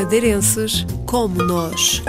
madeirenses como nós.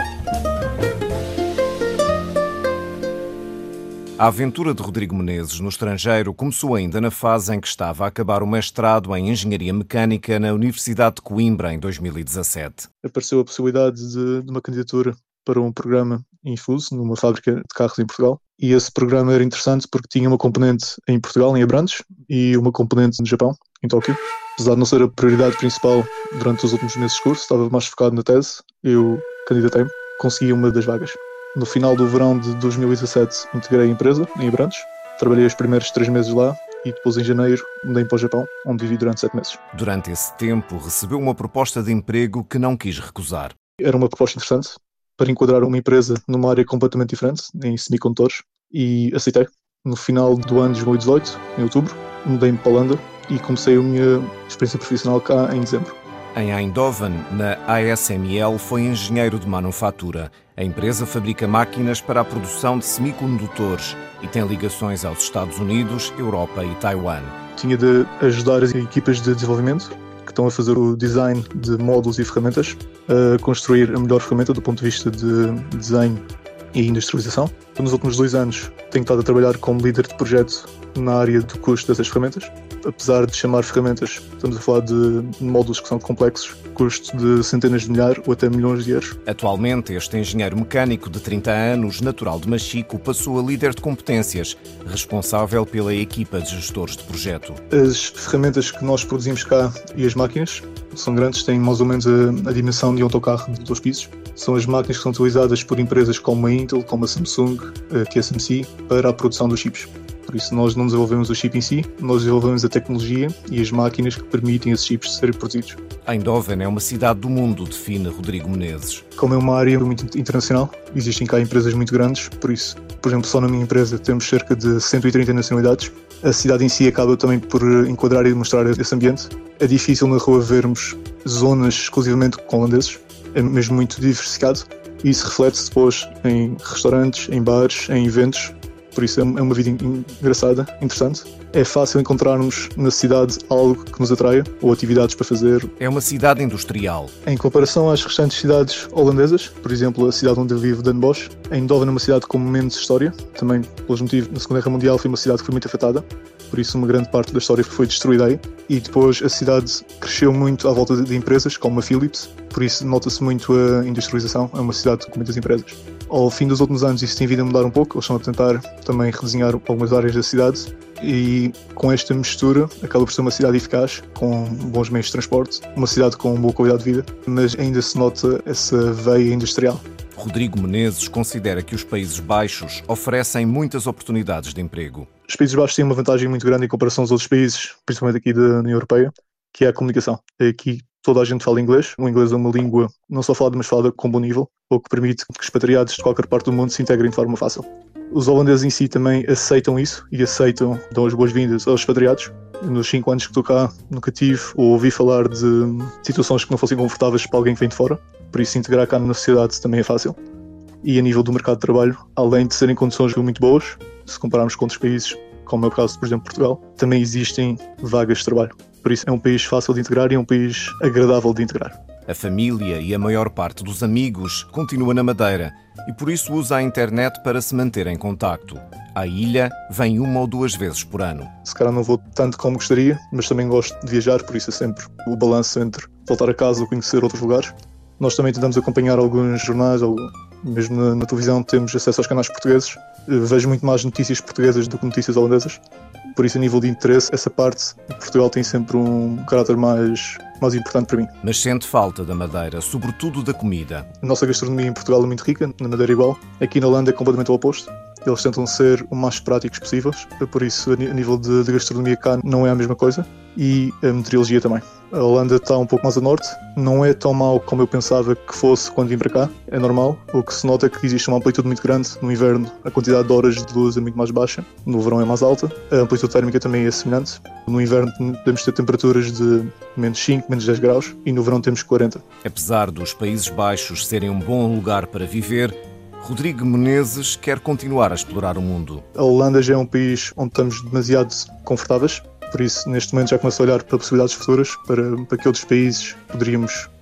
A aventura de Rodrigo Menezes no estrangeiro começou ainda na fase em que estava a acabar o mestrado em Engenharia Mecânica na Universidade de Coimbra, em 2017. Apareceu a possibilidade de uma candidatura para um programa em Infuse, numa fábrica de carros em Portugal. E esse programa era interessante porque tinha uma componente em Portugal, em Abrantes, e uma componente no Japão, em Tóquio. Apesar de não ser a prioridade principal durante os últimos meses de curso, estava mais focado na tese, eu candidatei-me, consegui uma das vagas. No final do verão de 2017, integrei a empresa em Abrantes, trabalhei os primeiros 3 meses lá e depois em janeiro mudei para o Japão, onde vivi durante 7 meses. Durante esse tempo, recebeu uma proposta de emprego que não quis recusar. Era uma proposta interessante para enquadrar uma empresa numa área completamente diferente, em semicondutores, e aceitei. No final do ano de 2018, em outubro, mudei-me para a Holanda e comecei a minha experiência profissional cá em dezembro. Em Eindhoven, na ASML, foi engenheiro de manufatura. A empresa fabrica máquinas para a produção de semicondutores e tem ligações aos Estados Unidos, Europa e Taiwan. Tinha de ajudar as equipas de desenvolvimento que estão a fazer o design de módulos e ferramentas, a construir a melhor ferramenta do ponto de vista de desenho e industrialização. Nos últimos 2 anos tenho estado a trabalhar como líder de projeto na área do custo dessas ferramentas. Apesar de chamar ferramentas, estamos a falar de módulos que são complexos, custo de centenas de milhares ou até milhões de euros. Atualmente, este engenheiro mecânico de 30 anos, natural de Machico, passou a líder de competências, responsável pela equipa de gestores de projeto. As ferramentas que nós produzimos cá e as máquinas são grandes, têm mais ou menos a dimensão de um autocarro de 2 pisos. São as máquinas que são utilizadas por empresas como a Intel, como a Samsung, a TSMC, para a produção dos chips. Por isso nós não desenvolvemos o chip em si, nós desenvolvemos a tecnologia e as máquinas que permitem esses chips serem produzidos. Eindhoven é uma cidade do mundo, define Rodrigo Menezes. Como é uma área muito internacional, existem cá empresas muito grandes, por isso, por exemplo, só na minha empresa temos cerca de 130 nacionalidades. A cidade em si acaba também por enquadrar e demonstrar esse ambiente. É difícil na rua vermos zonas exclusivamente com holandeses, é mesmo muito diversificado e isso reflete-se depois em restaurantes, em bares, em eventos. Por isso é uma vida engraçada, interessante. É fácil encontrarmos na cidade algo que nos atraia ou atividades para fazer. É uma cidade industrial. Em comparação às restantes cidades holandesas, por exemplo, a cidade onde eu vivo, Den Bosch, Eindhoven é uma cidade com menos história. Também, pelos motivos, na Segunda Guerra Mundial foi uma cidade que foi muito afetada. Por isso, uma grande parte da história foi destruída aí. E depois a cidade cresceu muito à volta de empresas, como a Philips. Por isso, nota-se muito a industrialização. É uma cidade com muitas empresas. Ao fim dos últimos anos, isso tem vindo a mudar um pouco. Eles estão a tentar também redesenhar algumas áreas da cidade. E com esta mistura, acaba por ser uma cidade eficaz, com bons meios de transporte, uma cidade com boa qualidade de vida, mas ainda se nota essa veia industrial. Rodrigo Menezes considera que os Países Baixos oferecem muitas oportunidades de emprego. Os Países Baixos têm uma vantagem muito grande em comparação aos outros países, principalmente aqui da União Europeia, que é a comunicação. Aqui toda a gente fala inglês. O inglês é uma língua não só falada, mas falada com bom nível, o que permite que expatriados de qualquer parte do mundo se integrem de forma fácil. Os holandeses em si também aceitam isso e dão as boas-vindas aos expatriados. Nos 5 anos que estou cá, nunca tive ou ouvi falar de situações que não fossem confortáveis para alguém que vem de fora. Por isso, integrar cá na sociedade também é fácil. E a nível do mercado de trabalho, além de serem condições muito boas, se compararmos com outros países, como é o caso, por exemplo, de Portugal, também existem vagas de trabalho. Por isso, é um país fácil de integrar e é um país agradável de integrar. A família e a maior parte dos amigos continua na Madeira e por isso usa a internet para se manter em contacto. À ilha vem 1 ou 2 vezes por ano. Se calhar não vou tanto como gostaria, mas também gosto de viajar, por isso é sempre o balanço entre voltar a casa ou conhecer outros lugares. Nós também tentamos acompanhar alguns jornais, ou mesmo na televisão temos acesso aos canais portugueses. Vejo muito mais notícias portuguesas do que notícias holandesas. Por isso, a nível de interesse, essa parte, Portugal tem sempre um caráter mais importante para mim. Mas sente falta da Madeira, sobretudo da comida. A nossa gastronomia em Portugal é muito rica, na Madeira igual. Aqui na Holanda é completamente o oposto. Eles tentam ser o mais práticos possíveis, por isso a nível de gastronomia cá não é a mesma coisa. E a meteorologia também. A Holanda está um pouco mais a norte, não é tão mau como eu pensava que fosse quando vim para cá, é normal. O que se nota é que existe uma amplitude muito grande. No inverno a quantidade de horas de luz é muito mais baixa, no verão é mais alta, a amplitude térmica também é semelhante. No inverno podemos ter temperaturas de menos 5, menos 10 graus e no verão temos 40. Apesar dos Países Baixos serem um bom lugar para viver, Rodrigo Menezes quer continuar a explorar o mundo. A Holanda já é um país onde estamos demasiado confortáveis. Por isso, neste momento, já começo a olhar para possibilidades futuras, para que outros países poderíamos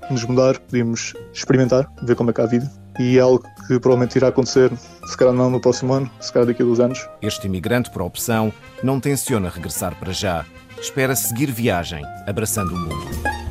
nos mudar, podíamos experimentar, ver como é que há a vida. E é algo que provavelmente irá acontecer, se calhar não no próximo ano, se calhar daqui a 2 anos. Este imigrante por opção não tenciona regressar para já. Espera seguir viagem, abraçando o mundo.